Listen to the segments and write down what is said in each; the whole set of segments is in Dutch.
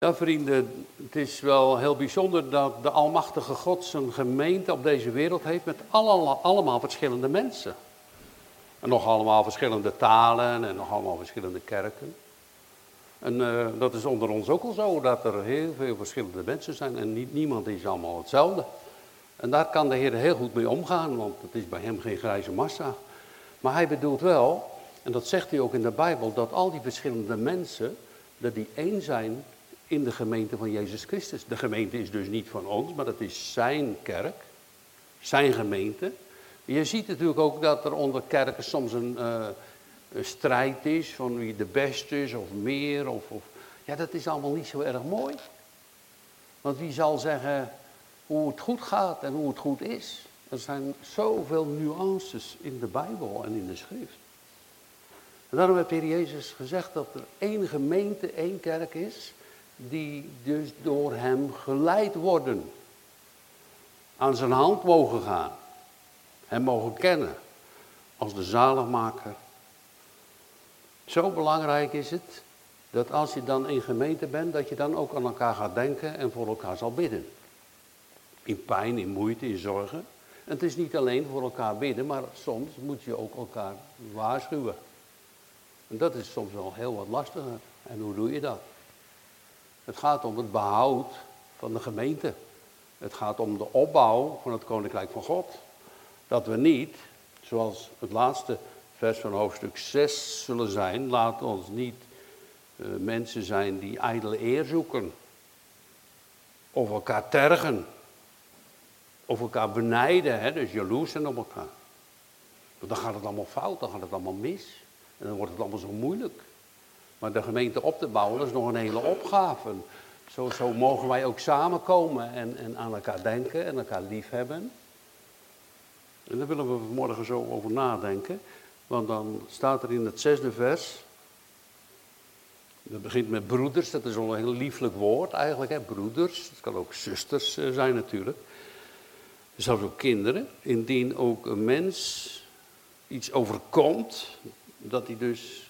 Ja, vrienden, het is wel heel bijzonder dat de Almachtige God zijn gemeente op deze wereld heeft met allemaal verschillende mensen. En nog allemaal verschillende talen en nog allemaal verschillende kerken. En dat is onder ons ook al zo, dat er heel veel verschillende mensen zijn en niemand is allemaal hetzelfde. En daar kan de Heer heel goed mee omgaan, want het is bij hem geen grijze massa. Maar hij bedoelt wel, en dat zegt hij ook in de Bijbel, dat al die verschillende mensen, dat die één zijn in de gemeente van Jezus Christus. De gemeente is dus niet van ons, maar dat is zijn kerk, zijn gemeente. Je ziet natuurlijk ook dat er onder kerken soms een strijd is van wie de beste is of meer. Ja, dat is allemaal niet zo erg mooi. Want wie zal zeggen hoe het goed gaat en hoe het goed is? Er zijn zoveel nuances in de Bijbel en in de schrift. En daarom heeft de Heer Jezus gezegd dat er één gemeente, één kerk is, die dus door hem geleid worden. Aan zijn hand mogen gaan. Hem mogen kennen als de zaligmaker. Zo belangrijk is het dat als je dan in gemeente bent, dat je dan ook aan elkaar gaat denken en voor elkaar zal bidden. In pijn, in moeite, in zorgen. En het is niet alleen voor elkaar bidden, maar soms moet je ook elkaar waarschuwen. En dat is soms wel heel wat lastiger. En hoe doe je dat? Het gaat om het behoud van de gemeente. Het gaat om de opbouw van het Koninkrijk van God. Dat we niet, zoals het laatste vers van hoofdstuk 6 zullen zijn, laten ons niet mensen zijn die ijdele eer zoeken. Of elkaar tergen. Of elkaar benijden, dus jaloers zijn op elkaar. Want dan gaat het allemaal fout, dan gaat het allemaal mis. En dan wordt het allemaal zo moeilijk. Maar de gemeente op te bouwen, dat is nog een hele opgave. Zo mogen wij ook samenkomen en aan elkaar denken en elkaar liefhebben. En daar willen we vanmorgen zo over nadenken. Want dan staat er in het 6e vers. Dat begint met broeders, dat is al een heel lieflijk woord eigenlijk, hè, broeders. Het kan ook zusters zijn natuurlijk. Zelfs ook kinderen. Indien ook een mens iets overkomt, dat hij dus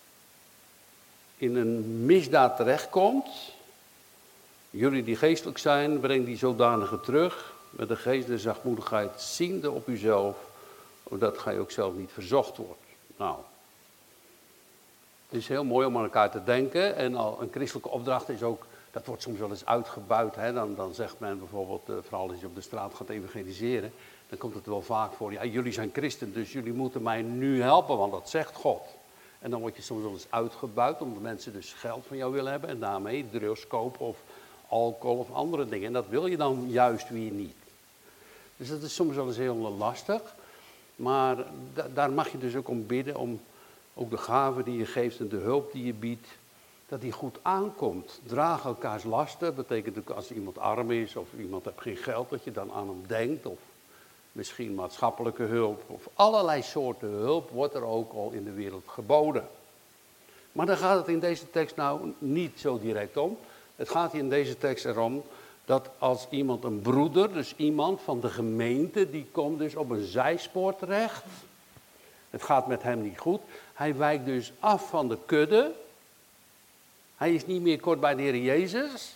in een misdaad terechtkomt. Jullie die geestelijk zijn, breng die zodanige terug. Met de geestelijke zachtmoedigheid ziende op uzelf, zodat gij ook zelf niet verzocht wordt. Nou, het is heel mooi om aan elkaar te denken. En al een christelijke opdracht is ook, dat wordt soms wel eens uitgebuit. Hè? Dan zegt men bijvoorbeeld, vooral als je op de straat gaat evangeliseren, dan komt het wel vaak voor. Ja, jullie zijn christen, dus jullie moeten mij nu helpen, want dat zegt God. En dan word je soms wel eens uitgebuit, omdat mensen dus geld van jou willen hebben. En daarmee drugs kopen of alcohol of andere dingen. En dat wil je dan juist weer niet. Dus dat is soms wel eens heel lastig. Maar daar mag je dus ook om bidden, om ook de gave die je geeft en de hulp die je biedt, dat die goed aankomt. Draag elkaars lasten, betekent ook als iemand arm is of iemand heeft geen geld, dat je dan aan hem denkt. Of misschien maatschappelijke hulp of allerlei soorten hulp wordt er ook al in de wereld geboden. Maar daar gaat het in deze tekst nou niet zo direct om. Het gaat hier in deze tekst erom dat als iemand een broeder, dus iemand van de gemeente, die komt dus op een zijspoor terecht. Het gaat met hem niet goed. Hij wijkt dus af van de kudde. Hij is niet meer kort bij de Heer Jezus.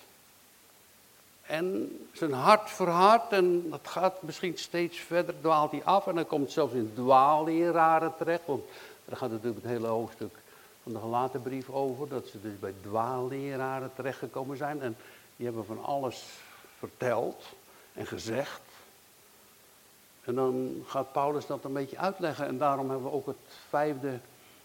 En zijn hart verhardt en dat gaat misschien steeds verder, dwaalt hij af. En dan komt zelfs in dwaalleraren terecht. Want daar gaat natuurlijk het hele hoofdstuk van de Galatenbrief over. Dat ze dus bij dwaalleraren terechtgekomen zijn. En die hebben van alles verteld en gezegd. En dan gaat Paulus dat een beetje uitleggen. En daarom hebben we ook het 5e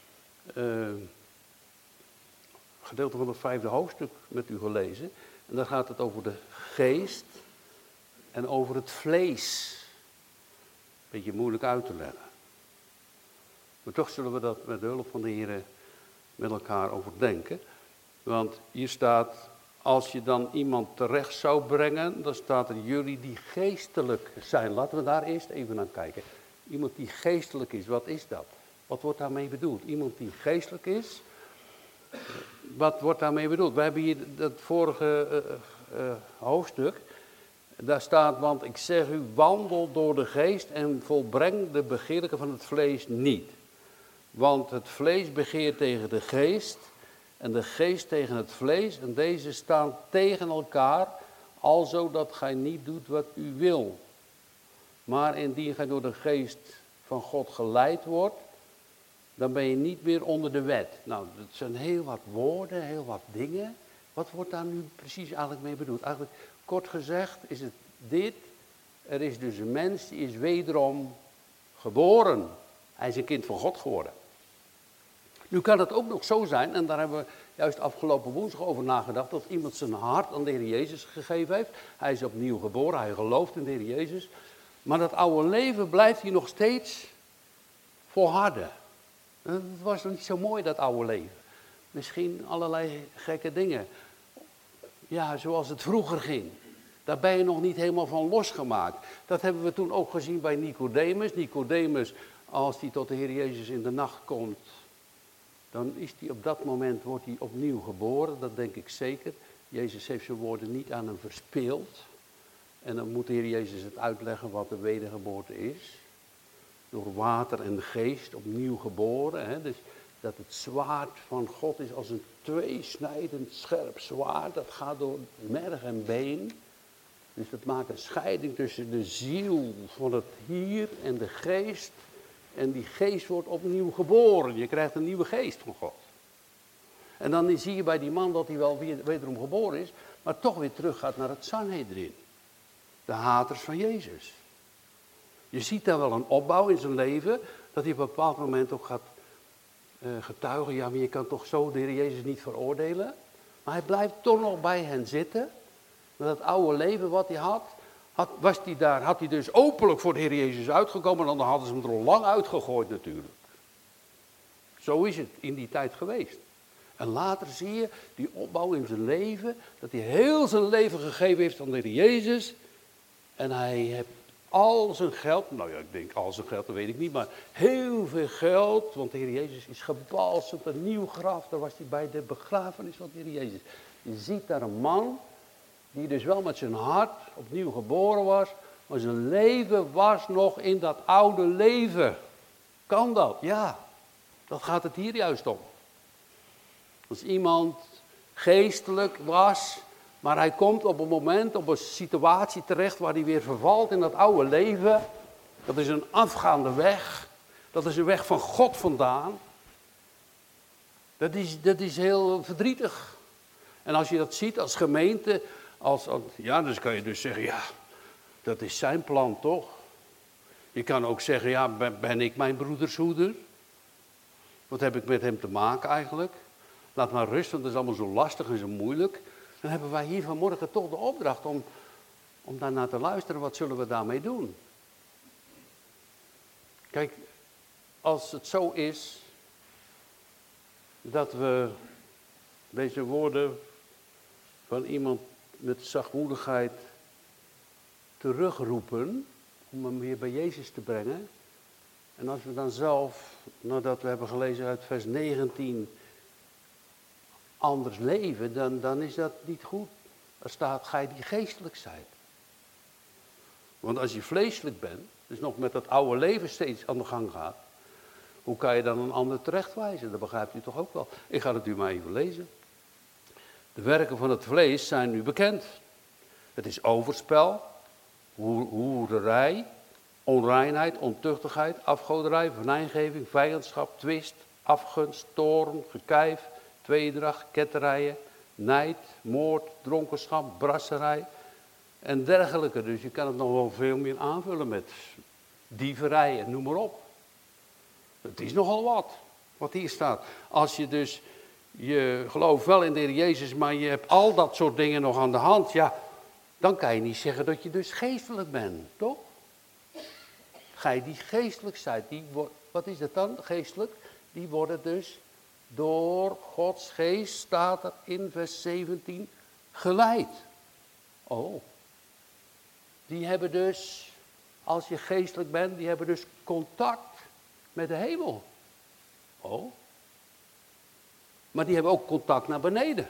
gedeelte van het 5e hoofdstuk met u gelezen. En dan gaat het over de geest en over het vlees. Beetje moeilijk uit te leggen. Maar toch zullen we dat met de hulp van de Heer met elkaar overdenken. Want hier staat, als je dan iemand terecht zou brengen, dan staat er jullie die geestelijk zijn. Laten we daar eerst even naar kijken. Iemand die geestelijk is, wat is dat? Wat wordt daarmee bedoeld? Iemand die geestelijk is, wat wordt daarmee bedoeld? We hebben hier dat vorige hoofdstuk. Daar staat, want ik zeg u, wandel door de geest en volbreng de begeerlijke van het vlees niet. Want het vlees begeert tegen de geest en de geest tegen het vlees, en deze staan tegen elkaar, alzo dat gij niet doet wat u wil. Maar indien gij door de geest van God geleid wordt, dan ben je niet meer onder de wet. Nou, dat zijn heel wat woorden, heel wat dingen. Wat wordt daar nu precies eigenlijk mee bedoeld? Eigenlijk, kort gezegd, is het dit. Er is dus een mens, die is wederom geboren. Hij is een kind van God geworden. Nu kan het ook nog zo zijn, en daar hebben we juist afgelopen woensdag over nagedacht, dat iemand zijn hart aan de Heer Jezus gegeven heeft. Hij is opnieuw geboren, hij gelooft in de Heer Jezus. Maar dat oude leven blijft hij nog steeds volharden. Het was nog niet zo mooi, dat oude leven. Misschien allerlei gekke dingen. Ja, zoals het vroeger ging. Daar ben je nog niet helemaal van losgemaakt. Dat hebben we toen ook gezien bij Nicodemus. Nicodemus, als hij tot de Heer Jezus in de nacht komt, dan is hij op dat moment, wordt hij opnieuw geboren. Dat denk ik zeker. Jezus heeft zijn woorden niet aan hem verspeeld. En dan moet de Heer Jezus het uitleggen wat de wedergeboorte is. Door water en geest opnieuw geboren. Hè? Dus dat het zwaard van God is als een tweesnijdend scherp zwaard. Dat gaat door merg en been. Dus dat maakt een scheiding tussen de ziel van het hier en de geest. En die geest wordt opnieuw geboren. Je krijgt een nieuwe geest van God. En dan zie je bij die man dat hij wel wederom geboren is, maar toch weer terug gaat naar het Sanhedrin. De haters van Jezus. Je ziet daar wel een opbouw in zijn leven, dat hij op een bepaald moment ook gaat getuigen. Ja, maar je kan toch zo de Heer Jezus niet veroordelen. Maar hij blijft toch nog bij hen zitten. Met dat oude leven wat hij had, had hij dus openlijk voor de Heer Jezus uitgekomen. En dan hadden ze hem er al lang uitgegooid natuurlijk. Zo is het in die tijd geweest. En later zie je die opbouw in zijn leven, dat hij heel zijn leven gegeven heeft aan de Heer Jezus. En hij heeft al zijn geld, nou ja, ik denk al zijn geld, dat weet ik niet, maar heel veel geld, want de Heer Jezus is gebalsemd, een nieuw graf, daar was hij bij de begrafenis van de Heer Jezus. Je ziet daar een man, die dus wel met zijn hart opnieuw geboren was, maar zijn leven was nog in dat oude leven. Kan dat? Ja, dat gaat het hier juist om. Als iemand geestelijk was, maar hij komt op een moment, op een situatie terecht waar hij weer vervalt in dat oude leven. Dat is een afgaande weg. Dat is een weg van God vandaan. Dat is heel verdrietig. En als je dat ziet als gemeente, ja, dan kan je dus zeggen, ja, dat is zijn plan toch? Je kan ook zeggen, ja, ben ik mijn broeders hoeder? Wat heb ik met hem te maken eigenlijk? Laat maar rust, want dat is allemaal zo lastig en zo moeilijk. Dan hebben wij hier vanmorgen toch de opdracht om daarnaar te luisteren. Wat zullen we daarmee doen? Kijk, als het zo is dat we deze woorden van iemand met zachtmoedigheid terugroepen, om hem weer bij Jezus te brengen. En als we dan zelf, nadat we hebben gelezen uit vers 19, anders leven, dan is dat niet goed. Er staat, gij die geestelijk zijt. Want als je vleeselijk bent, dus nog met dat oude leven steeds aan de gang gaat, hoe kan je dan een ander terechtwijzen? Dat begrijpt u toch ook wel. Ik ga het u maar even lezen. De werken van het vlees zijn nu bekend. Het is overspel, hoererij, onreinheid, ontuchtigheid, afgoderij, venijngeving, vijandschap, twist, afgunst, toorn, gekijf, tweedracht, ketterijen, nijd, moord, dronkenschap, brasserij en dergelijke. Dus je kan het nog wel veel meer aanvullen met dieverij en noem maar op. Het is nogal wat hier staat. Als je dus, je gelooft wel in de Heer Jezus, maar je hebt al dat soort dingen nog aan de hand, ja, dan kan je niet zeggen dat je dus geestelijk bent, toch? Gij die geestelijk zijt, wat is dat dan, geestelijk? Die worden dus door Gods geest, staat er in vers 17, geleid. Oh, die hebben dus, als je geestelijk bent, die hebben dus contact met de hemel. Oh, maar die hebben ook contact naar beneden.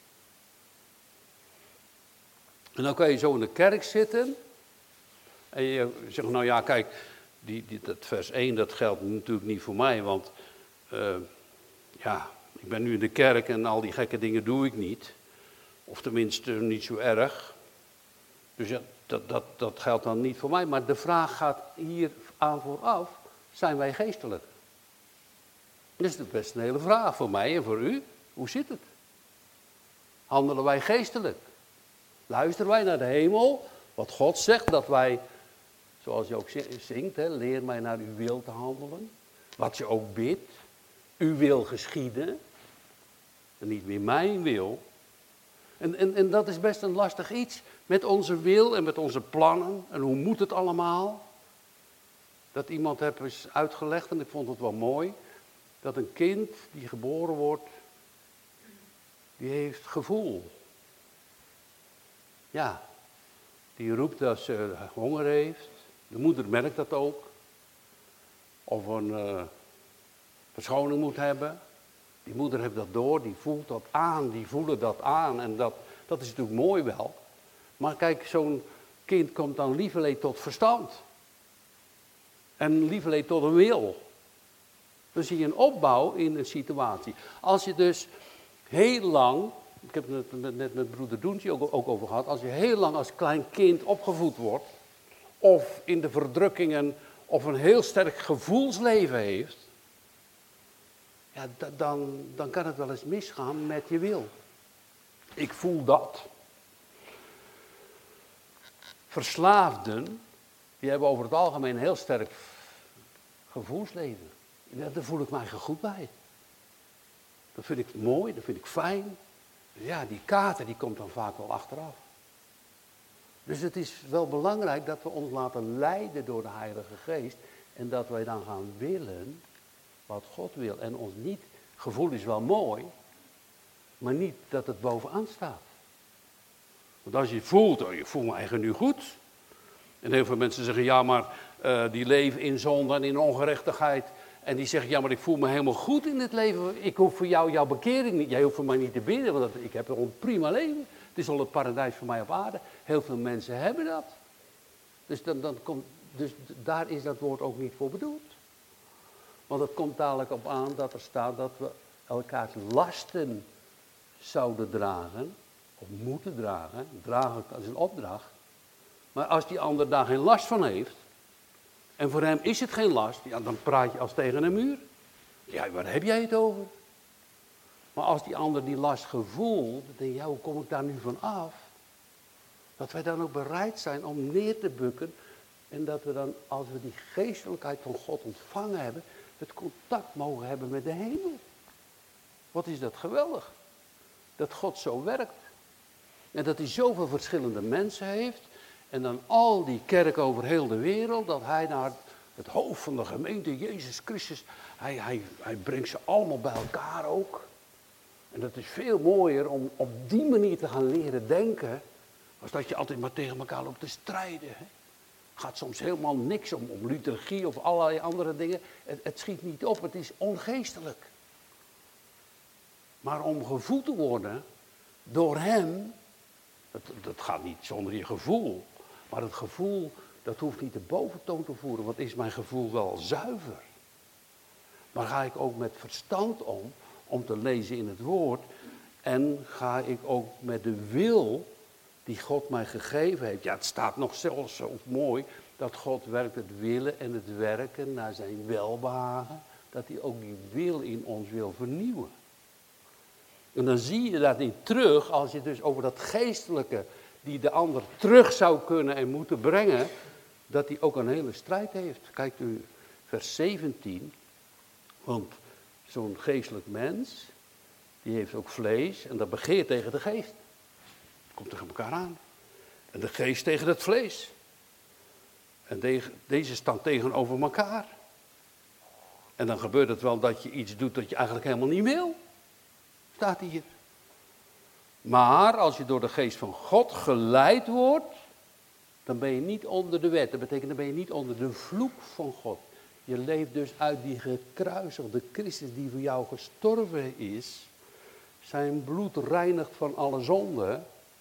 En dan kan je zo in de kerk zitten en je zegt, nou ja, kijk, dat vers 1, dat geldt natuurlijk niet voor mij, want ja, Ik ben nu in de kerk en al die gekke dingen doe ik niet. Of tenminste niet zo erg. Dus ja, dat geldt dan niet voor mij. Maar de vraag gaat hier aan vooraf. Zijn wij geestelijk? Dat is best een hele vraag voor mij en voor u. Hoe zit het? Handelen wij geestelijk? Luisteren wij naar de hemel? Wat God zegt dat wij, zoals je ook zingt, hè, leer mij naar uw wil te handelen. Wat je ook bidt. Uw wil geschieden. En niet meer mijn wil. En dat is best een lastig iets. Met onze wil en met onze plannen. En hoe moet het allemaal? Dat iemand heeft eens uitgelegd, en ik vond het wel mooi. Dat een kind die geboren wordt, die heeft gevoel. Ja, die roept als ze honger heeft. De moeder merkt dat ook. Of een verschoning moet hebben. Die moeder heeft dat door, die voelt dat aan, die voelen dat aan. En dat is natuurlijk mooi wel. Maar kijk, zo'n kind komt dan lieverlee tot verstand. En lieverlee tot een wil. Dan zie je een opbouw in een situatie. Als je dus heel lang, ik heb het net met broeder Doentje ook over gehad. Als je heel lang als klein kind opgevoed wordt. Of in de verdrukkingen, of een heel sterk gevoelsleven heeft. Ja, dan kan het wel eens misgaan met je wil. Ik voel dat. Verslaafden, die hebben over het algemeen een heel sterk gevoelsleven. Daar voel ik mij goed bij. Dat vind ik mooi, dat vind ik fijn. Ja, die kater die komt dan vaak wel achteraf. Dus het is wel belangrijk dat we ons laten leiden door de Heilige Geest. En dat wij dan gaan willen wat God wil. En ons niet, gevoel is wel mooi, maar niet dat het bovenaan staat. Want als je voelt, je voelt me eigenlijk nu goed. En heel veel mensen zeggen, ja maar die leven in zonde en in ongerechtigheid. En die zeggen, ja maar ik voel me helemaal goed in het leven. Ik hoef voor jou jouw bekering niet, jij hoeft voor mij niet te bidden. Want ik heb een prima leven. Het is al het paradijs voor mij op aarde. Heel veel mensen hebben dat. Dus daar is dat woord ook niet voor bedoeld. Want het komt dadelijk op aan dat er staat dat we elkaars lasten zouden dragen. Of moeten dragen. Dragen als een opdracht. Maar als die ander daar geen last van heeft. En voor hem is het geen last. Ja, dan praat je als tegen een muur. Ja, waar heb jij het over? Maar als die ander die last gevoelt. Dan denk je, ja, hoe kom ik daar nu van af? Dat wij dan ook bereid zijn om neer te bukken. En dat we dan, als we die geestelijkheid van God ontvangen hebben. Het contact mogen hebben met de hemel. Wat is dat geweldig. Dat God zo werkt. En dat hij zoveel verschillende mensen heeft. En dan al die kerken over heel de wereld. Dat hij naar het hoofd van de gemeente, Jezus Christus. Hij brengt ze allemaal bij elkaar ook. En dat is veel mooier om op die manier te gaan leren denken. Als dat je altijd maar tegen elkaar loopt te strijden. Hè? Gaat soms helemaal niks om liturgie of allerlei andere dingen. Het schiet niet op, het is ongeestelijk. Maar om gevoeld te worden door hem, dat gaat niet zonder je gevoel. Maar het gevoel, dat hoeft niet de boventoon te voeren, want is mijn gevoel wel zuiver. Maar ga ik ook met verstand om te lezen in het woord. En ga ik ook met de wil die God mij gegeven heeft. Ja, het staat nog zelfs zo mooi dat God werkt het willen en het werken naar zijn welbehagen. Dat hij ook die wil in ons wil vernieuwen. En dan zie je dat niet terug als je dus over dat geestelijke die de ander terug zou kunnen en moeten brengen. Dat hij ook een hele strijd heeft. Kijkt u vers 17. Want zo'n geestelijk mens, die heeft ook vlees en dat begeert tegen de geest. Komt tegen elkaar aan. En de geest tegen het vlees. En deze staan tegenover elkaar. En dan gebeurt het wel dat je iets doet dat je eigenlijk helemaal niet wil. Staat hier. Maar als je door de geest van God geleid wordt, dan ben je niet onder de wet. Dat betekent, dan ben je niet onder de vloek van God. Je leeft dus uit die gekruisigde Christus die voor jou gestorven is. Zijn bloed reinigt van alle zonde.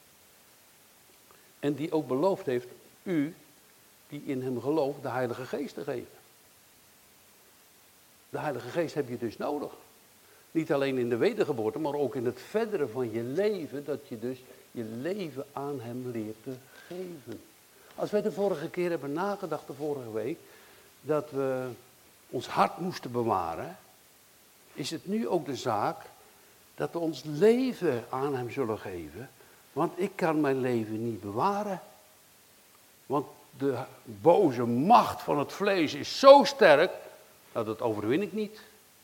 En die ook beloofd heeft u, die in hem gelooft, de Heilige Geest te geven. De Heilige Geest heb je dus nodig. Niet alleen in de wedergeboorte, maar ook in het verdere van je leven, dat je dus je leven aan hem leert te geven. Als wij de vorige keer hebben nagedacht, de vorige week, dat we ons hart moesten bewaren, is het nu ook de zaak dat we ons leven aan hem zullen geven. Want ik kan mijn leven niet bewaren. Want de boze macht van het vlees is zo sterk, dat overwin ik niet.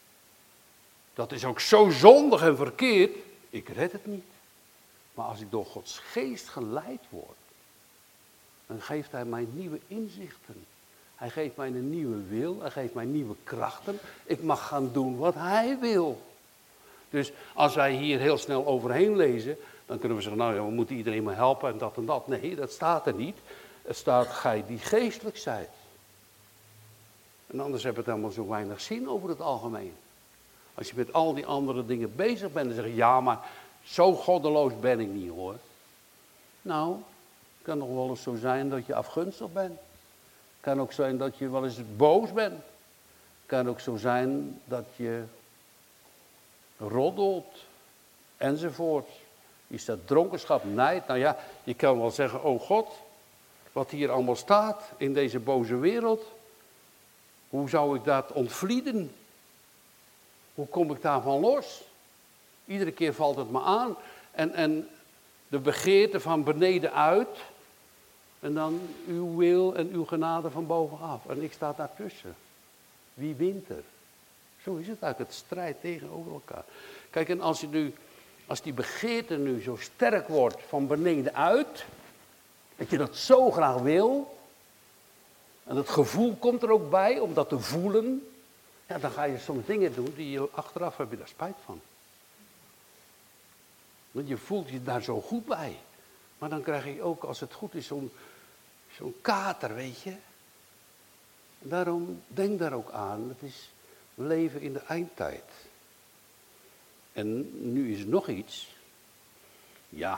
Dat is ook zo zondig en verkeerd, ik red het niet. Maar als ik door Gods geest geleid word, dan geeft hij mij nieuwe inzichten. Hij geeft mij een nieuwe wil, hij geeft mij nieuwe krachten. Ik mag gaan doen wat hij wil. Dus als wij hier heel snel overheen lezen, dan kunnen we zeggen, nou ja, we moeten iedereen maar helpen en dat en dat. Nee, dat staat er niet. Het staat, gij die geestelijk zijt. En anders heb het helemaal zo weinig zin over het algemeen. Als je met al die andere dingen bezig bent, dan zeg je, ja, maar zo goddeloos ben ik niet hoor. Nou, het kan nog wel eens zo zijn dat je afgunstig bent. Het kan ook zijn dat je wel eens boos bent. Het kan ook zo zijn dat je roddelt, enzovoort. Is dat dronkenschap, nijd? Nou ja, je kan wel zeggen, oh God, wat hier allemaal staat in deze boze wereld. Hoe zou ik dat ontvlieden? Hoe kom ik daarvan los? Iedere keer valt het me aan. En de begeerte van beneden uit. En dan uw wil en uw genade van bovenaf. En ik sta daartussen. Wie wint er? Zo is het eigenlijk, het strijd tegenover elkaar. Kijk, en als die begeerte nu zo sterk wordt van beneden uit, dat je dat zo graag wil, en het gevoel komt er ook bij om dat te voelen, ja, dan ga je soms dingen doen die je achteraf heb je daar spijt van. Want je voelt je daar zo goed bij. Maar dan krijg je ook, als het goed is, zo'n kater, weet je. Daarom, denk daar ook aan. Het is leven in de eindtijd. En nu is er nog iets. Ja,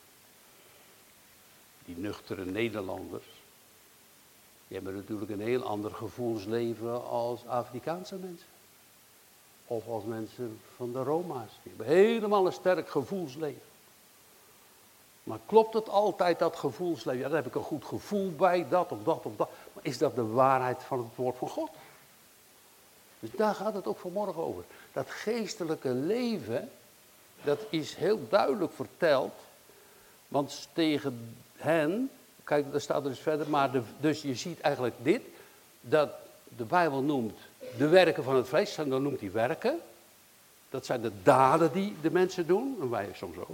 die nuchtere Nederlanders, die hebben natuurlijk een heel ander gevoelsleven als Afrikaanse mensen. Of als mensen van de Roma's. Die hebben helemaal een sterk gevoelsleven. Maar klopt het altijd, dat gevoelsleven? Ja, daar heb ik een goed gevoel bij, dat of dat of dat. Maar is dat de waarheid van het woord van God? Dus daar gaat het ook vanmorgen over. Dat geestelijke leven, dat is heel duidelijk verteld. Want tegen hen, kijk, daar staat er dus verder, maar dus je ziet eigenlijk dit, dat de Bijbel noemt de werken van het vlees, en dan noemt hij werken. Dat zijn de daden die de mensen doen, en wij soms ook.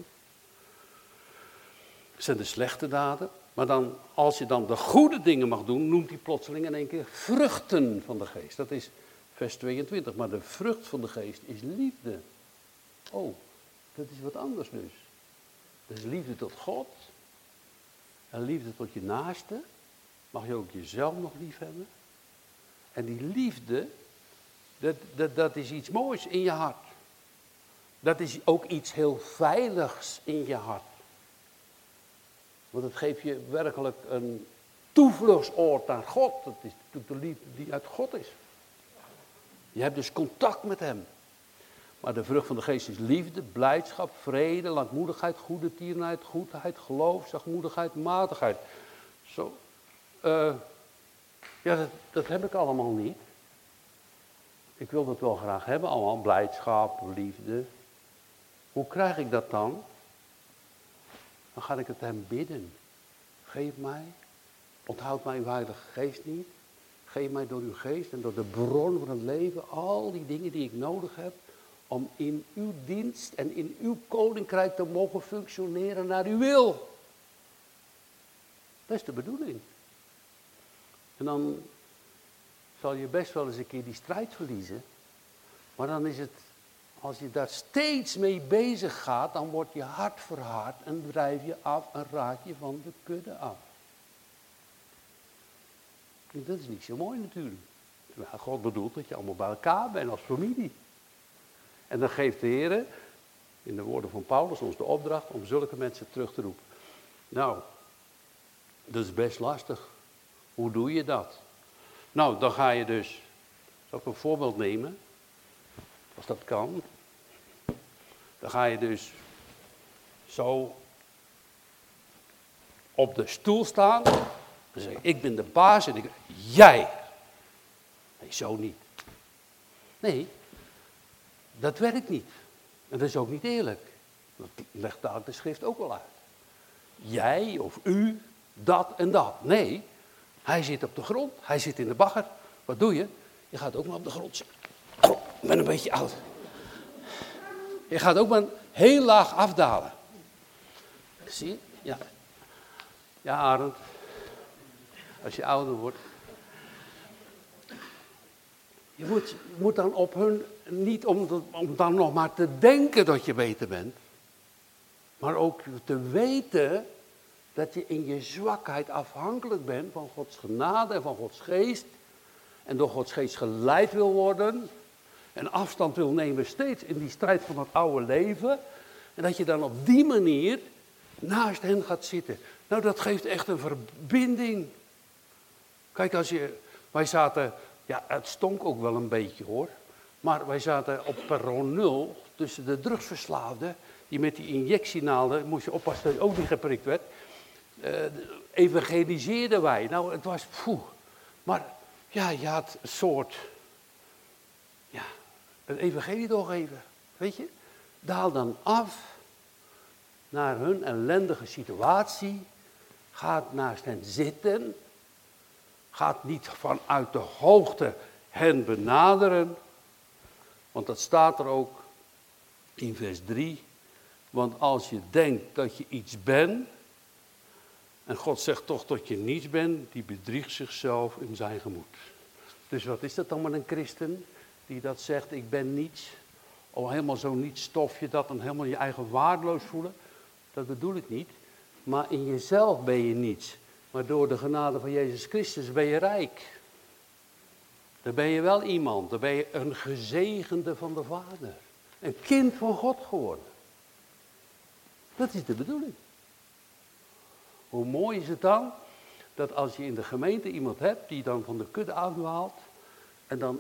Dat zijn de slechte daden. Maar dan, als je dan de goede dingen mag doen, noemt hij plotseling in één keer vruchten van de geest. Dat is vers 22. Maar de vrucht van de geest is liefde. Oh, dat is wat anders dus. Dat is liefde tot God. En liefde tot je naaste. Mag je ook jezelf nog lief hebben. En die liefde, dat is iets moois in je hart. Dat is ook iets heel veiligs in je hart. Want het geeft je werkelijk een toevluchtsoord naar God. Dat is natuurlijk de liefde die uit God is. Je hebt dus contact met hem. Maar de vrucht van de geest is liefde, blijdschap, vrede, langmoedigheid, goede tierenheid, goedheid, geloof, zachtmoedigheid, matigheid. Zo, ja, dat heb ik allemaal niet. Ik wil dat wel graag hebben, allemaal blijdschap, liefde. Hoe krijg ik dat dan? Dan ga ik het hem bidden. Geef mij, onthoud mij uw heilige geest niet. Geef mij door uw geest en door de bron van het leven al die dingen die ik nodig heb om in uw dienst en in uw koninkrijk te mogen functioneren naar uw wil. Dat is de bedoeling. En dan zal je best wel eens een keer die strijd verliezen. Maar dan is het, als je daar steeds mee bezig gaat, dan wordt je hart verhard en drijf je af en raak je van de kudde af. En dat is niet zo mooi natuurlijk. Terwijl God bedoelt dat je allemaal bij elkaar bent als familie. En dan geeft de Heer, in de woorden van Paulus, ons de opdracht om zulke mensen terug te roepen. Nou, dat is best lastig. Hoe doe je dat? Nou, dan ga je dus, zal ik een voorbeeld nemen, als dat kan. Dan ga je dus zo op de stoel staan. Dan zeg je, ik ben de baas en jij. Nee, zo niet. Nee, dat werkt niet. En dat is ook niet eerlijk. Dat legt daar de schrift ook wel uit. Jij of u, dat en dat. Nee, hij zit op de grond. Hij zit in de bagger. Wat doe je? Je gaat ook maar op de grond zitten. Oh, ik ben een beetje oud. Je gaat ook maar heel laag afdalen. Zie je? Ja. Ja, Arend. Als je ouder wordt. Je moet dan op hun, niet om dan nog maar te denken dat je beter bent. Maar ook te weten dat je in je zwakheid afhankelijk bent van Gods genade en van Gods geest. En door Gods geest geleid wil worden. En afstand wil nemen steeds in die strijd van het oude leven. En dat je dan op die manier naast hen gaat zitten. Nou, dat geeft echt een verbinding. Kijk, wij zaten, ja, het stonk ook wel een beetje hoor. Maar wij zaten op perron 0 tussen de drugsverslaafden. Die met die injectienaalden, moest je oppassen dat je ook niet geprikt werd. Evangeliseerden wij. Nou, het was, maar ja, je had een soort, ja, een evangelie doorgeven. Weet je, daal dan af naar hun ellendige situatie. Gaat naast hen zitten. Gaat niet vanuit de hoogte hen benaderen. Want dat staat er ook in vers 3. Want als je denkt dat je iets bent. En God zegt toch dat je niets bent. Die bedriegt zichzelf in zijn gemoed. Dus wat is dat dan met een christen? Die dat zegt, ik ben niets. Of helemaal zo'n niets stofje dat dan helemaal je eigen waardeloos voelen. Dat bedoel ik niet. Maar in jezelf ben je niets. Maar door de genade van Jezus Christus ben je rijk. Dan ben je wel iemand. Dan ben je een gezegende van de Vader. Een kind van God geworden. Dat is de bedoeling. Hoe mooi is het dan dat als je in de gemeente iemand hebt die dan van de kudde afhaalt. En dan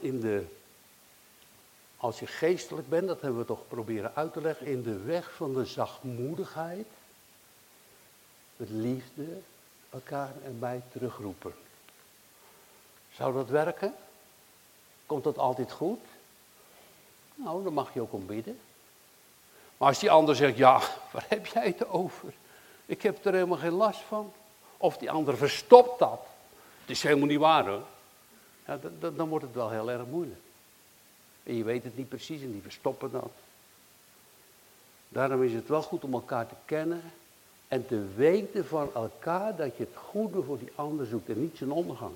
als je geestelijk bent, dat hebben we toch proberen uit te leggen, in de weg van de zachtmoedigheid. Met liefde elkaar erbij terugroepen. Zou dat werken? Komt dat altijd goed? Nou, dan mag je ook om bidden. Maar als die ander zegt, ja, waar heb jij het over? Ik heb er helemaal geen last van. Of die ander verstopt dat. Het is helemaal niet waar hoor. Ja, dan wordt het wel heel erg moeilijk. En je weet het niet precies en die verstoppen dat. Daarom is het wel goed om elkaar te kennen. En te weten van elkaar dat je het goede voor die ander zoekt en niet zijn ondergang.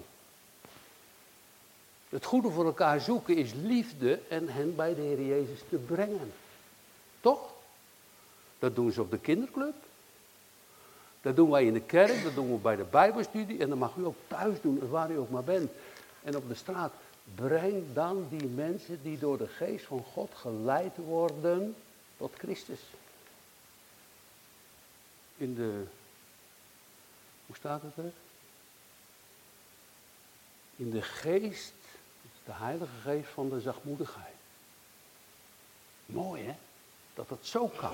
Het goede voor elkaar zoeken is liefde en hen bij de Heer Jezus te brengen. Toch? Dat doen ze op de kinderclub. Dat doen wij in de kerk, dat doen we bij de Bijbelstudie. En dat mag u ook thuis doen, waar u ook maar bent. En op de straat. Breng dan die mensen die door de geest van God geleid worden tot Christus. Hoe staat het er? In de geest, de heilige geest van de zachtmoedigheid. Mooi hè, dat het zo kan.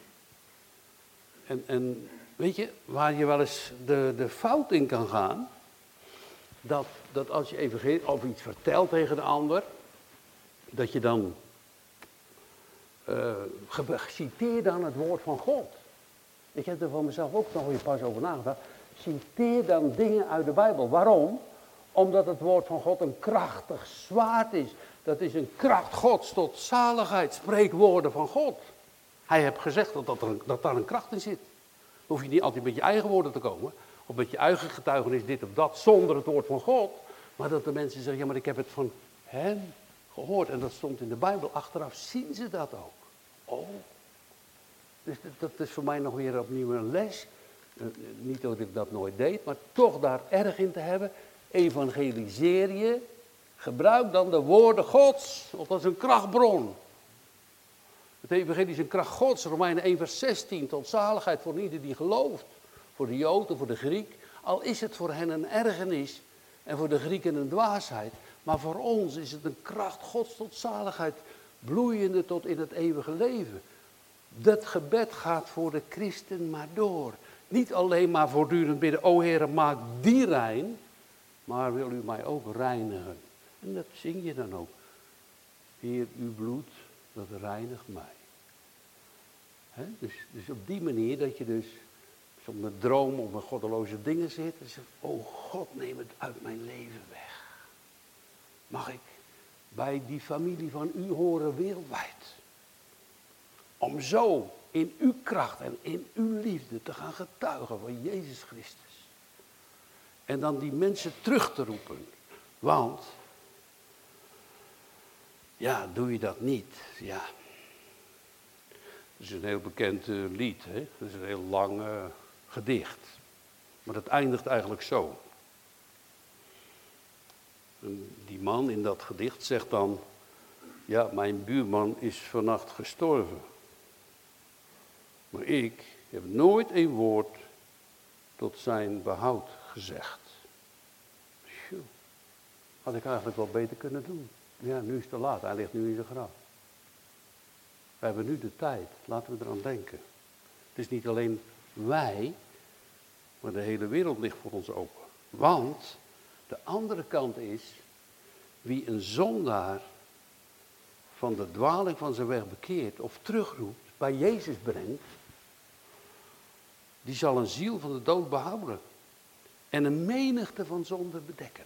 En weet je, waar je wel eens de fout in kan gaan, dat als je evangelie of iets vertelt tegen de ander, dat je dan citeer dan het woord van God. Ik heb er van mezelf ook nog weer pas over nagedacht. Citeer dan dingen uit de Bijbel. Waarom? Omdat het woord van God een krachtig zwaard is. Dat is een kracht Gods tot zaligheid. Spreekwoorden van God. Hij heeft gezegd dat daar een kracht in zit. Dan hoef je niet altijd met je eigen woorden te komen. Of met je eigen getuigenis dit of dat zonder het woord van God. Maar dat de mensen zeggen, ja maar ik heb het van hem gehoord. En dat stond in de Bijbel. Achteraf zien ze dat ook. Oh. Dus dat is voor mij nog weer opnieuw een les. Niet dat ik dat nooit deed, maar toch daar erg in te hebben. Evangeliseer je. Gebruik dan de woorden Gods. Want dat is een krachtbron. Het evangelie is een kracht Gods. Romeinen 1 vers 16. Tot zaligheid voor ieder die gelooft. Voor de Jood en voor de Griek. Al is het voor hen een ergernis. En voor de Grieken een dwaasheid. Maar voor ons is het een kracht Gods tot zaligheid. Bloeiende tot in het eeuwige leven. Dat gebed gaat voor de christen maar door. Niet alleen maar voortdurend bidden, o Heere, maak die rein, maar wil u mij ook reinigen. En dat zing je dan ook. Heer, uw bloed, dat reinigt mij. Dus op die manier dat je dus op een droom of met goddeloze dingen zit en zegt, oh God, neem het uit mijn leven weg. Mag ik bij die familie van u horen wereldwijd. Om zo in uw kracht en in uw liefde te gaan getuigen van Jezus Christus. En dan die mensen terug te roepen. Want, ja, doe je dat niet, ja. Dat is een heel bekend lied, hè? Dat is een heel lang gedicht. Maar dat eindigt eigenlijk zo. En die man in dat gedicht zegt dan, ja, mijn buurman is vannacht gestorven. Maar ik heb nooit een woord tot zijn behoud gezegd. Tjoe, had ik eigenlijk wel beter kunnen doen. Ja, nu is het te laat, hij ligt nu in zijn graf. We hebben nu de tijd, laten we eraan denken. Het is niet alleen wij, maar de hele wereld ligt voor ons open. Want de andere kant is, wie een zondaar van de dwaling van zijn weg bekeert of terugroept, bij Jezus brengt, die zal een ziel van de dood behouden en een menigte van zonden bedekken.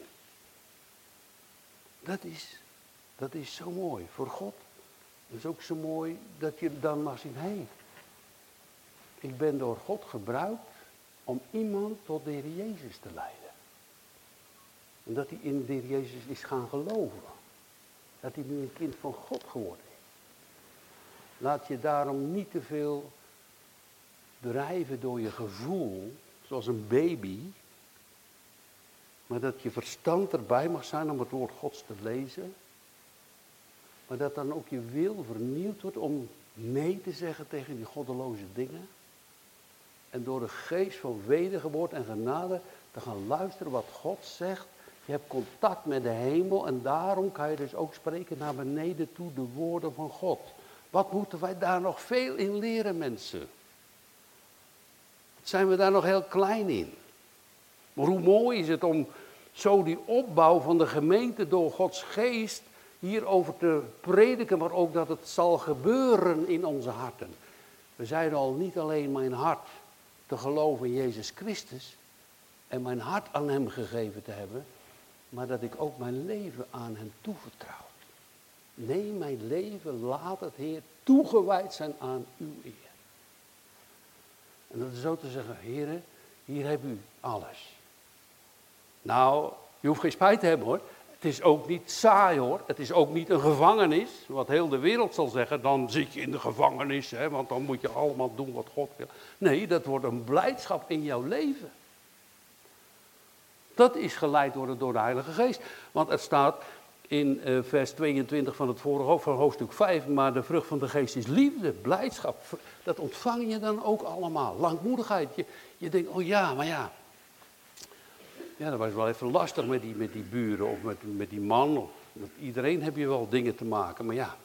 Dat is zo mooi voor God. Het is ook zo mooi dat je dan mag zien, hé, ik ben door God gebruikt om iemand tot de Heer Jezus te leiden. En dat hij in de Heer Jezus is gaan geloven. Dat hij nu een kind van God geworden is. Laat je daarom niet te veel drijven door je gevoel, zoals een baby. Maar dat je verstand erbij mag zijn om het woord Gods te lezen. Maar dat dan ook je wil vernieuwd wordt om nee te zeggen tegen die goddeloze dingen. En door de geest van wedergeboorte en genade te gaan luisteren wat God zegt. Je hebt contact met de hemel en daarom kan je dus ook spreken naar beneden toe de woorden van God. Wat moeten wij daar nog veel in leren, mensen? Wat zijn we daar nog heel klein in? Maar hoe mooi is het om zo die opbouw van de gemeente door Gods geest hierover te prediken, maar ook dat het zal gebeuren in onze harten. We zeiden al, niet alleen mijn hart te geloven in Jezus Christus en mijn hart aan hem gegeven te hebben, maar dat ik ook mijn leven aan hem toevertrouw. Nee, mijn leven laat het Heer toegewijd zijn aan uw eer. En dat is zo te zeggen, Heer, hier heb u alles. Nou, je hoeft geen spijt te hebben hoor. Het is ook niet saai hoor. Het is ook niet een gevangenis. Wat heel de wereld zal zeggen, dan zit je in de gevangenis. Hè, want dan moet je allemaal doen wat God wil. Nee, dat wordt een blijdschap in jouw leven. Dat is geleid worden door de Heilige Geest. Want er staat in vers 22 van het vorige van hoofdstuk 5. Maar de vrucht van de Geest is liefde, blijdschap. Dat ontvang je dan ook allemaal. Langmoedigheid. Je denkt, oh ja, maar ja. Ja, dat was wel even lastig met die buren of met die man. Of met iedereen heb je wel dingen te maken. Maar ja,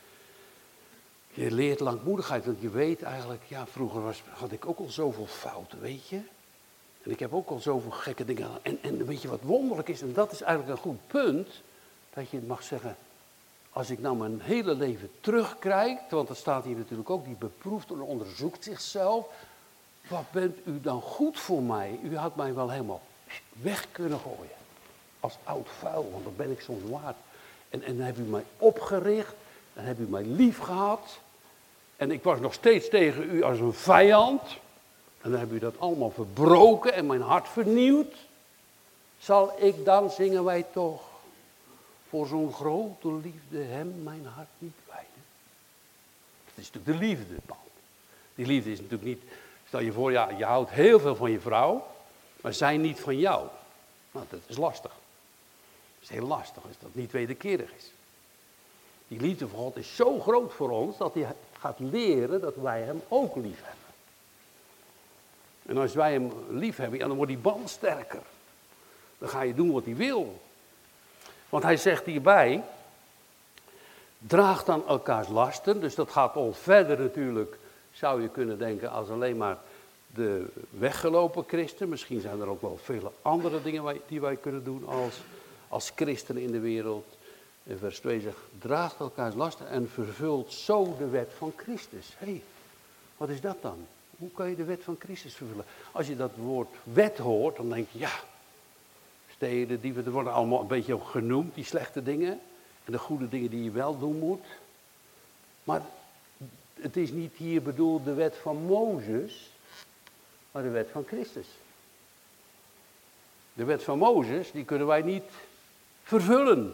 je leert langmoedigheid. Want je weet eigenlijk, ja, vroeger had ik ook al zoveel fouten, weet je. En ik heb ook al zoveel gekke dingen gedaan. En weet je wat wonderlijk is? En dat is eigenlijk een goed punt. Dat je mag zeggen, als ik nou mijn hele leven terugkijk. Want er staat hier natuurlijk ook, die beproeft en onderzoekt zichzelf. Wat bent u dan goed voor mij? U had mij wel helemaal weg kunnen gooien. Als oud vuil, want dan ben ik soms waard. En dan heb u mij opgericht. Dan heb u mij lief gehad. En ik was nog steeds tegen u als een vijand. En dan heb u dat allemaal verbroken en mijn hart vernieuwd. Zal ik dan, zingen wij toch, voor zo'n grote liefde hem mijn hart niet wijden? Dat is natuurlijk de liefde, man. Die liefde is natuurlijk niet, stel je voor, ja, je houdt heel veel van je vrouw, maar zij niet van jou. Nou, dat is lastig. Dat is heel lastig als dat niet wederkerig is. Die liefde van God is zo groot voor ons dat hij gaat leren dat wij hem ook lief hebben. En als wij hem lief hebben, dan wordt die band sterker. Dan ga je doen wat hij wil. Want hij zegt hierbij, draag dan elkaars lasten. Dus dat gaat al verder natuurlijk zou je kunnen denken als alleen maar de weggelopen christen. Misschien zijn er ook wel vele andere dingen die wij kunnen doen als christenen in de wereld. In vers 2 zegt, draagt elkaars lasten en vervult zo de wet van Christus. Hé, wat is dat dan? Hoe kan je de wet van Christus vervullen? Als je dat woord wet hoort, dan denk je, ja, stelen, dieven, er worden allemaal een beetje ook genoemd, die slechte dingen. En de goede dingen die je wel doen moet. Maar het is niet hier bedoeld de wet van Mozes, maar de wet van Christus. De wet van Mozes, die kunnen wij niet vervullen.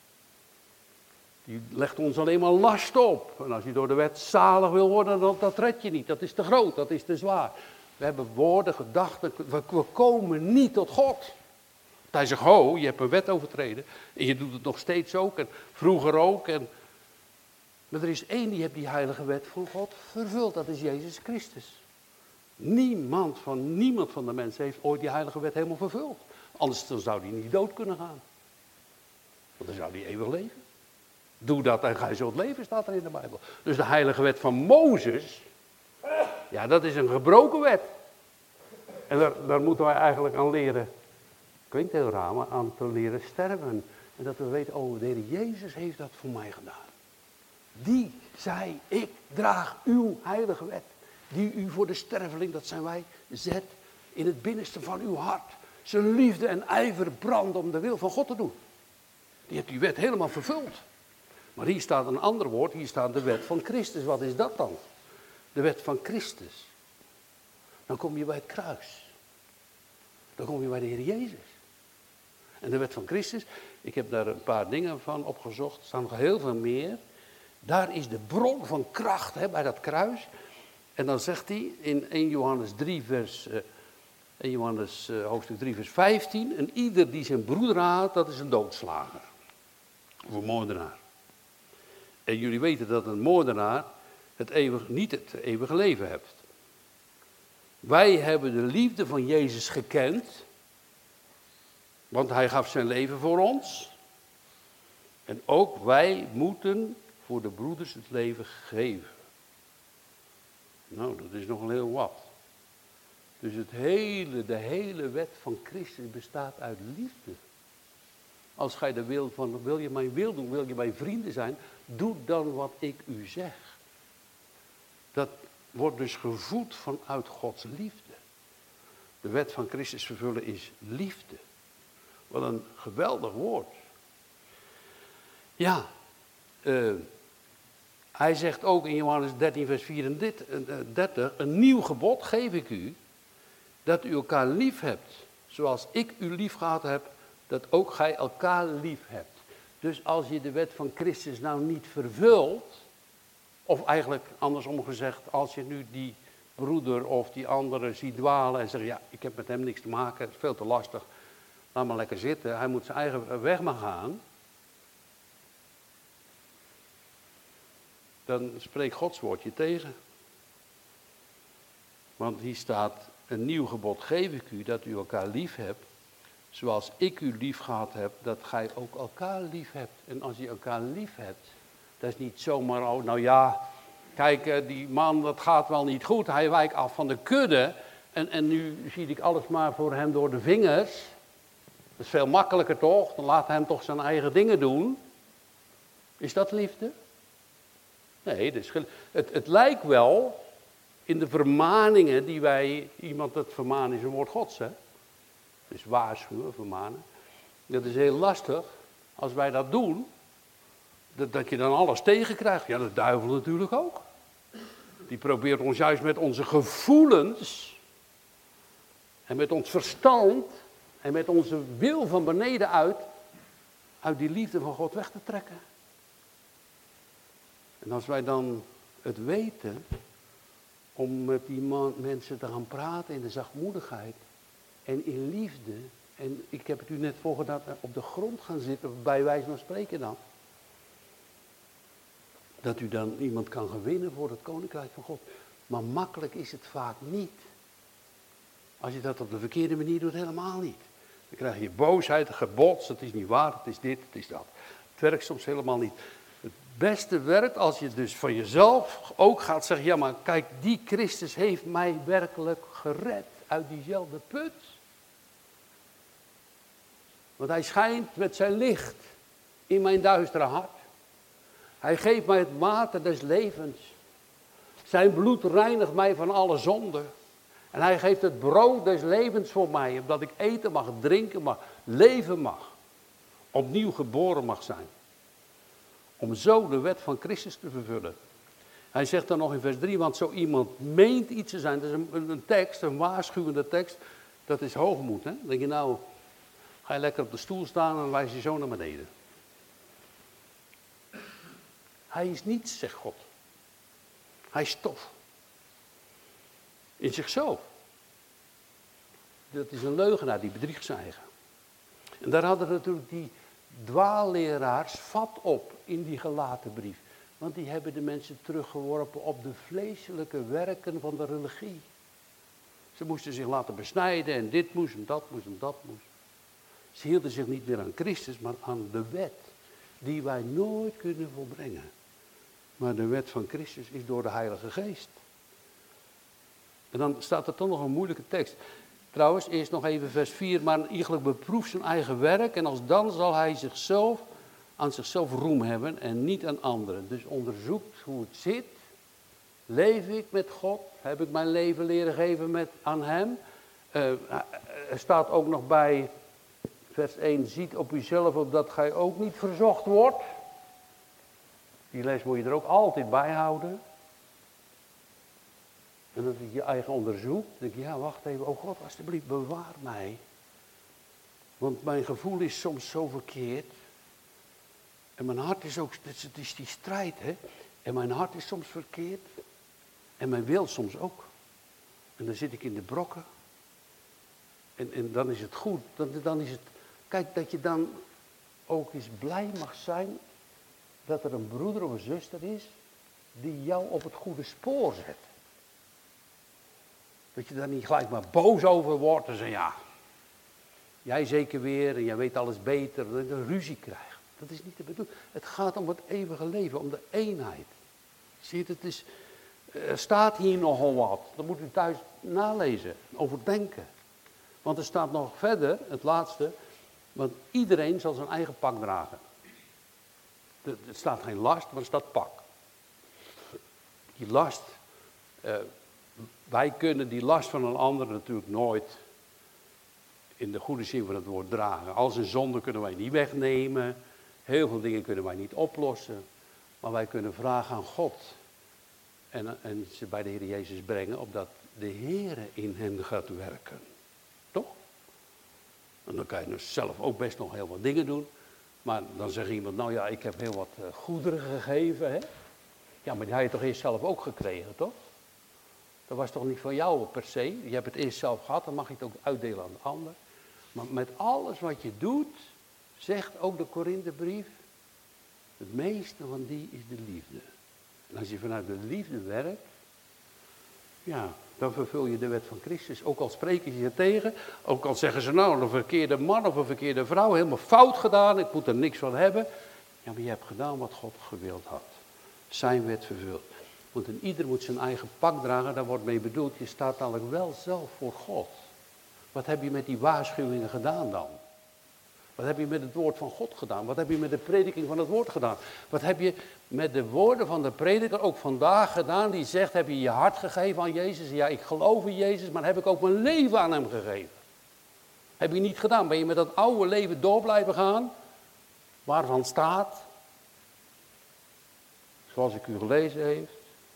Die legt ons alleen maar last op. En als je door de wet zalig wil worden, dat red je niet. Dat is te groot, dat is te zwaar. We hebben woorden, gedachten, we komen niet tot God. Hij zegt, ho, je hebt een wet overtreden. En je doet het nog steeds ook. En vroeger ook. Maar er is één die heeft die heilige wet van God vervuld. Dat is Jezus Christus. Niemand van de mensen heeft ooit die heilige wet helemaal vervuld. Anders dan zou die niet dood kunnen gaan. Want dan zou die eeuwig leven. Doe dat en gij zult leven, staat er in de Bijbel. Dus de heilige wet van Mozes, ja, dat is een gebroken wet. En daar moeten wij eigenlijk aan leren. Klinkt heel raar, maar aan te leren sterven. En dat we weten, oh, de Heer Jezus heeft dat voor mij gedaan. Die zei, ik draag uw heilige wet. Die u voor de sterveling, dat zijn wij, zet in het binnenste van uw hart. Zijn liefde en ijver brandt om de wil van God te doen. Die heeft die wet helemaal vervuld. Maar hier staat een ander woord, hier staat de wet van Christus. Wat is dat dan? De wet van Christus. Dan kom je bij het kruis. Dan kom je bij de Heer Jezus. En de wet van Christus, ik heb daar een paar dingen van opgezocht, er staan nog heel veel meer. Daar is de bron van kracht bij dat kruis. En dan zegt hij in 1 Johannes hoofdstuk 3 vers 15, en ieder die zijn broeder haat, dat is een doodslager. Of een moordenaar. En jullie weten dat een moordenaar niet het eeuwige leven heeft. Wij hebben de liefde van Jezus gekend, want hij gaf zijn leven voor ons. En ook wij moeten voor de broeders het leven geven. Nou, dat is nog een heel wat. Dus de hele wet van Christus bestaat uit liefde. Als gij wil je mijn wil doen, wil je mijn vrienden zijn, doe dan wat ik u zeg. Dat wordt dus gevoed vanuit Gods liefde. De wet van Christus vervullen is liefde. Wat een geweldig woord. Ja, hij zegt ook in Johannes 13 vers 34, een nieuw gebod geef ik u, dat u elkaar lief hebt, zoals ik u lief gehad heb, dat ook gij elkaar lief hebt. Dus als je de wet van Christus nou niet vervult, of eigenlijk andersom gezegd, als je nu die broeder of die andere ziet dwalen en zegt, ja, ik heb met hem niks te maken, het is veel te lastig, laat maar lekker zitten, hij moet zijn eigen weg maar gaan. Dan spreekt Gods woord je tegen. Want hier staat, een nieuw gebod geef ik u, dat u elkaar lief hebt, zoals ik u lief gehad heb, dat gij ook elkaar lief hebt. En als je elkaar lief hebt, dat is niet zomaar, oh nou ja, kijk, die man, dat gaat wel niet goed, hij wijkt af van de kudde, en nu zie ik alles maar voor hem door de vingers. Dat is veel makkelijker toch, dan laat hem toch zijn eigen dingen doen. Is dat liefde? Nee, het lijkt wel in de vermaningen die iemand het vermanen is een woord Gods, hè. Dus waarschuwen, vermanen. Dat is heel lastig als wij dat doen, dat je dan alles tegenkrijgt. Ja, de duivel natuurlijk ook. Die probeert ons juist met onze gevoelens en met ons verstand en met onze wil van beneden uit die liefde van God weg te trekken. En als wij dan het weten om met die mensen te gaan praten in de zachtmoedigheid en in liefde, en ik heb het u net voorgedaan, op de grond gaan zitten, bij wijze van spreken dan, dat u dan iemand kan gewinnen voor het koninkrijk van God. Maar makkelijk is het vaak niet. Als je dat op de verkeerde manier doet, helemaal niet. Dan krijg je boosheid, gebots, het is niet waar, het is dit, het is dat. Het werkt soms helemaal niet. Het beste werkt als je dus van jezelf ook gaat zeggen, ja maar kijk, die Christus heeft mij werkelijk gered uit diezelfde put. Want hij schijnt met zijn licht in mijn duistere hart. Hij geeft mij het water des levens. Zijn bloed reinigt mij van alle zonde. En hij geeft het brood des levens voor mij, opdat ik eten mag, drinken mag, leven mag. Opnieuw geboren mag zijn. Om zo de wet van Christus te vervullen. Hij zegt dan nog in vers 3, want zo iemand meent iets te zijn. Dat is een tekst, een waarschuwende tekst. Dat is hoogmoed. Hè? Dan denk je nou, ga je lekker op de stoel staan en wijs je zo naar beneden. Hij is niets, zegt God. Hij is stof. In zichzelf. Dat is een leugenaar, die bedriegt zijn eigen. En daar hadden natuurlijk die dwaalleraars vat op in die gelaten brief. Want die hebben de mensen teruggeworpen op de vleeselijke werken van de religie. Ze moesten zich laten besnijden en dit moest en dat moest en dat moest. Ze hielden zich niet meer aan Christus, maar aan de wet. Die wij nooit kunnen volbrengen. Maar de wet van Christus is door de Heilige Geest. En dan staat er toch nog een moeilijke tekst. Trouwens, eerst nog even vers 4. Maar eigenlijk beproeft zijn eigen werk. En als dan zal hij aan zichzelf roem hebben en niet aan anderen. Dus onderzoekt hoe het zit. Leef ik met God? Heb ik mijn leven leren geven aan hem? Er staat ook nog bij vers 1. Ziet op uzelf opdat gij ook niet verzocht wordt. Die les moet je er ook altijd bij houden. En dat je je eigen onderzoekt. Dan denk je, ja wacht even, oh God, alsjeblieft bewaar mij. Want mijn gevoel is soms zo verkeerd. En mijn hart is ook, het is die strijd hè. En mijn hart is soms verkeerd. En mijn wil soms ook. En dan zit ik in de brokken. En dan is het goed. Dan is het, kijk dat je dan ook eens blij mag zijn dat er een broeder of een zuster is die jou op het goede spoor zet. Dat je daar niet gelijk maar boos over wordt en zegt ja, jij zeker weer en jij weet alles beter, dat je een ruzie krijgt. Dat is niet de bedoeling. Het gaat om het eeuwige leven, om de eenheid. Zie je, er staat hier nogal wat. Dat moet u thuis nalezen, overdenken. Want er staat nog verder, het laatste, want iedereen zal zijn eigen pak dragen. Er staat geen last, maar er staat pak. Die last, wij kunnen die last van een ander natuurlijk nooit in de goede zin van het woord dragen. Als een zonde kunnen wij niet wegnemen. Heel veel dingen kunnen wij niet oplossen. Maar wij kunnen vragen aan God. En ze bij de Heer Jezus brengen, opdat de Heer in hen gaat werken. Toch? En dan kan je dus zelf ook best nog heel wat dingen doen. Maar dan zegt iemand, nou ja, ik heb heel wat goederen gegeven. Hè? Ja, maar die had je toch eerst zelf ook gekregen, toch? Dat was toch niet van jou per se. Je hebt het eerst zelf gehad, dan mag je het ook uitdelen aan de ander. Maar met alles wat je doet, zegt ook de Korinthebrief, het meeste van die is de liefde. En als je vanuit de liefde werkt, ja, dan vervul je de wet van Christus. Ook al spreken ze je tegen, ook al zeggen ze nou, een verkeerde man of een verkeerde vrouw, helemaal fout gedaan, ik moet er niks van hebben. Ja, maar je hebt gedaan wat God gewild had. Zijn wet vervuld. Want een ieder moet zijn eigen pak dragen, daar wordt mee bedoeld, je staat namelijk wel zelf voor God. Wat heb je met die waarschuwingen gedaan dan? Wat heb je met het woord van God gedaan? Wat heb je met de prediking van het woord gedaan? Wat heb je met de woorden van de prediker ook vandaag gedaan? Die zegt, heb je je hart gegeven aan Jezus? Ja, ik geloof in Jezus, maar heb ik ook mijn leven aan hem gegeven? Heb je niet gedaan? Ben je met dat oude leven door blijven gaan? Waarvan staat, zoals ik u gelezen heeft,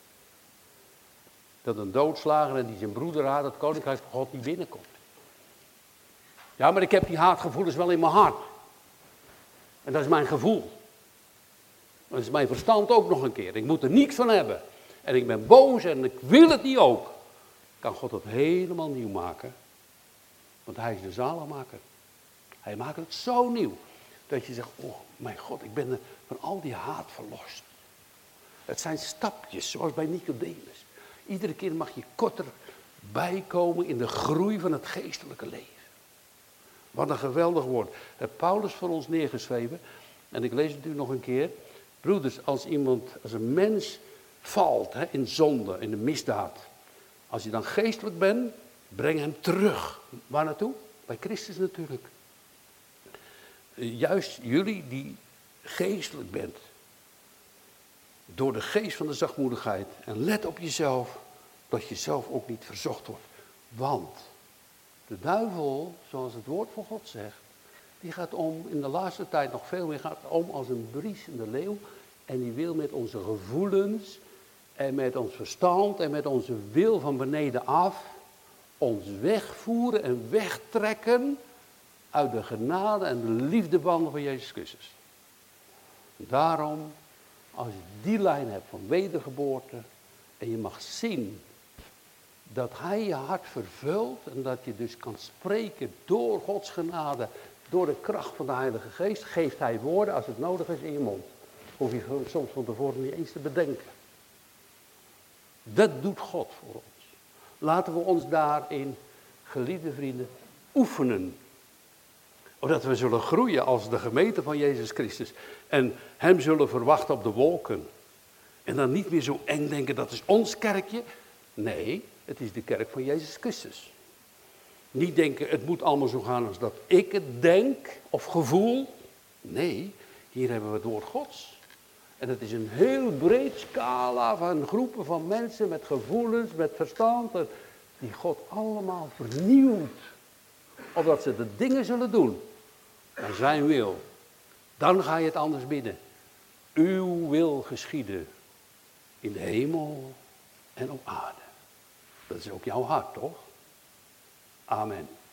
dat een doodslager en die zijn broeder haat, het koninkrijk van God niet binnenkomt. Ja, maar ik heb die haatgevoelens wel in mijn hart. En dat is mijn gevoel. Dat is mijn verstand ook nog een keer. Ik moet er niks van hebben. En ik ben boos en ik wil het niet ook. Kan God het helemaal nieuw maken. Want hij is de zaligmaker. Hij maakt het zo nieuw. Dat je zegt, oh mijn God, ik ben van al die haat verlost. Het zijn stapjes, zoals bij Nicodemus. Iedere keer mag je korter bijkomen in de groei van het geestelijke leven. Wat een geweldig woord. Heeft Paulus voor ons neergeschreven. En ik lees het u nog een keer. Broeders, als een mens valt in zonde, in de misdaad. Als je dan geestelijk bent, breng hem terug. Waar naartoe? Bij Christus natuurlijk. Juist jullie die geestelijk bent. Door de geest van de zachtmoedigheid. En let op jezelf, dat je zelf ook niet verzocht wordt. Want de duivel, zoals het woord van God zegt, die gaat om, in de laatste tijd nog veel meer, gaat om als een briesende leeuw. En die wil met onze gevoelens en met ons verstand en met onze wil van beneden af ons wegvoeren en wegtrekken uit de genade en de liefdebanden van Jezus Christus. Daarom, als je die lijn hebt van wedergeboorte en je mag zien dat hij je hart vervult en dat je dus kan spreken door Gods genade, door de kracht van de Heilige Geest, geeft hij woorden als het nodig is in je mond. Hoef je soms van tevoren niet eens te bedenken. Dat doet God voor ons. Laten we ons daarin, geliefde vrienden, oefenen. Opdat we zullen groeien als de gemeente van Jezus Christus. En hem zullen verwachten op de wolken. En dan niet meer zo eng denken, dat is ons kerkje. Nee, het is de kerk van Jezus Christus. Niet denken, het moet allemaal zo gaan als dat ik het denk of gevoel. Nee, hier hebben we het woord Gods. En het is een heel breed scala van groepen van mensen met gevoelens, met verstand, die God allemaal vernieuwt. Opdat ze de dingen zullen doen naar zijn wil. Dan ga je het anders bidden. Uw wil geschieden in de hemel en op aarde. Dat is ook jouw hart, toch? Amen.